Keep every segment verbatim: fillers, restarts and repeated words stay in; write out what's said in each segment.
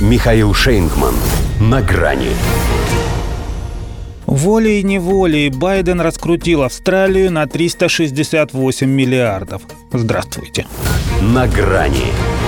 Михаил Шейнгман. На грани. Волей-неволей Байден раскрутил Австралию на триста шестьдесят восемь миллиардов. Здравствуйте. На грани.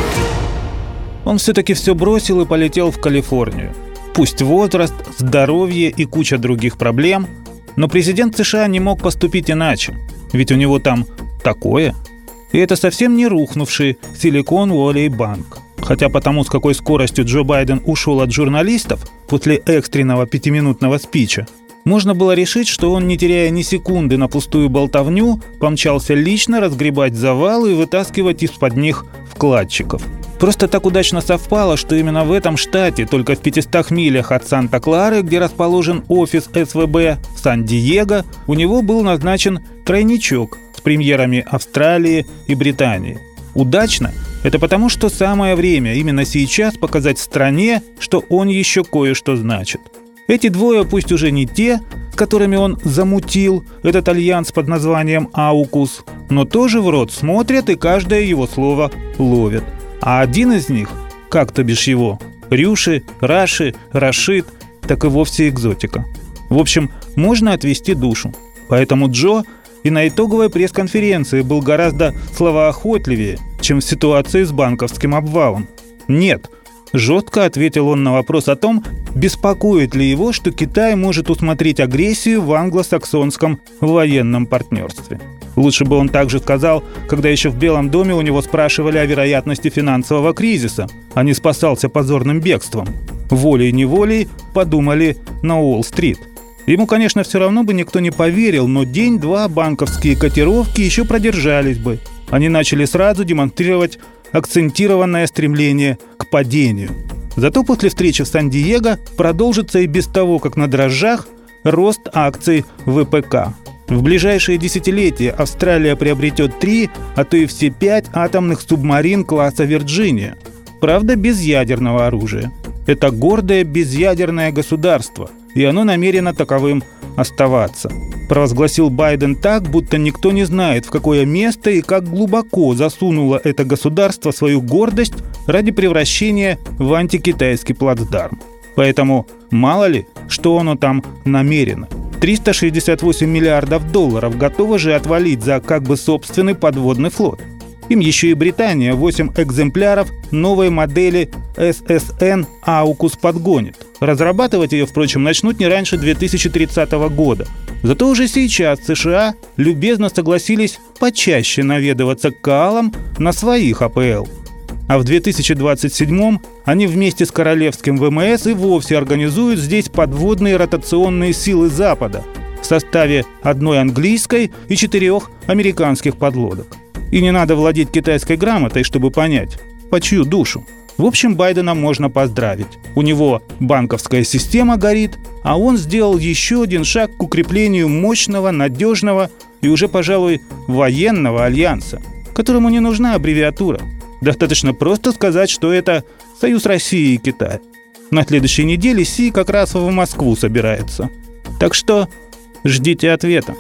Он все-таки все бросил и полетел в Калифорнию. Пусть возраст, здоровье и куча других проблем, но президент США не мог поступить иначе. Ведь у него там такое. И это совсем не рухнувший Silicon Valley Bank. Хотя потому, с какой скоростью Джо Байден ушел от журналистов после экстренного пятиминутного спича, можно было решить, что он, не теряя ни секунды на пустую болтовню, помчался лично разгребать завалы и вытаскивать из-под них вкладчиков. Просто так удачно совпало, что именно в этом штате, только в пятистах милях от Санта-Клары, где расположен офис эс вэ бэ в Сан-Диего, у него был назначен тройничок с премьерами Австралии и Британии. Удачно – это потому, что самое время именно сейчас показать стране, что он еще кое-что значит. Эти двое, пусть уже не те, с которыми он замутил этот альянс под названием «Аукус», но тоже в рот смотрят и каждое его слово ловят. А один из них, как то бишь его, Рюши, Раши, Рашид, так и вовсе экзотика. В общем, можно отвести душу. Поэтому Джо и на итоговой пресс-конференции был гораздо словоохотливее, чем в ситуации с банковским обвалом. Нет, жестко ответил он на вопрос о том, беспокоит ли его, что Китай может усмотреть агрессию в англосаксонском военном партнерстве. Лучше бы он также сказал, когда еще в Белом доме у него спрашивали о вероятности финансового кризиса, а не спасался позорным бегством. Волей-неволей подумали на Уолл-стрит. Ему, конечно, все равно бы никто не поверил, но день-два банковские котировки еще продержались бы. Они начали сразу демонстрировать акцентированное стремление к падению. Зато после встречи в Сан-Диего продолжится и без того, как на дрожжах, рост акций вэ пэ ка. В ближайшие десятилетия Австралия приобретет три, а то и все пять атомных субмарин класса «Вирджиния». Правда, без ядерного оружия. Это гордое безъядерное государство, и оно намерено таковым оставаться. Провозгласил Байден так, будто никто не знает, в какое место и как глубоко засунуло это государство свою гордость ради превращения в антикитайский плацдарм. Поэтому мало ли, что оно там намерено. триста шестьдесят восемь миллиардов долларов готовы же отвалить за как бы собственный подводный флот. Им еще и Британия восемь экземпляров новой модели эс эс эн «Аукус» подгонит. Разрабатывать ее, впрочем, начнут не раньше две тысячи тридцатого года. Зато уже сейчас США любезно согласились почаще наведываться к Каалам на своих а пэ эл. А в две тысячи двадцать седьмом они вместе с королевским вэ эм эс и вовсе организуют здесь подводные ротационные силы Запада в составе одной английской и четырех американских подлодок. И не надо владеть китайской грамотой, чтобы понять, по чью душу. В общем, Байдена можно поздравить. У него банковская система горит, а он сделал еще один шаг к укреплению мощного, надежного и уже, пожалуй, военного альянса, которому не нужна аббревиатура. Достаточно просто сказать, что это Союз России и Китая. На следующей неделе Си как раз в Москву собирается. Так что ждите ответа.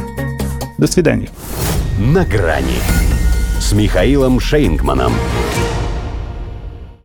До свидания. На грани с Михаилом Шейнгманом.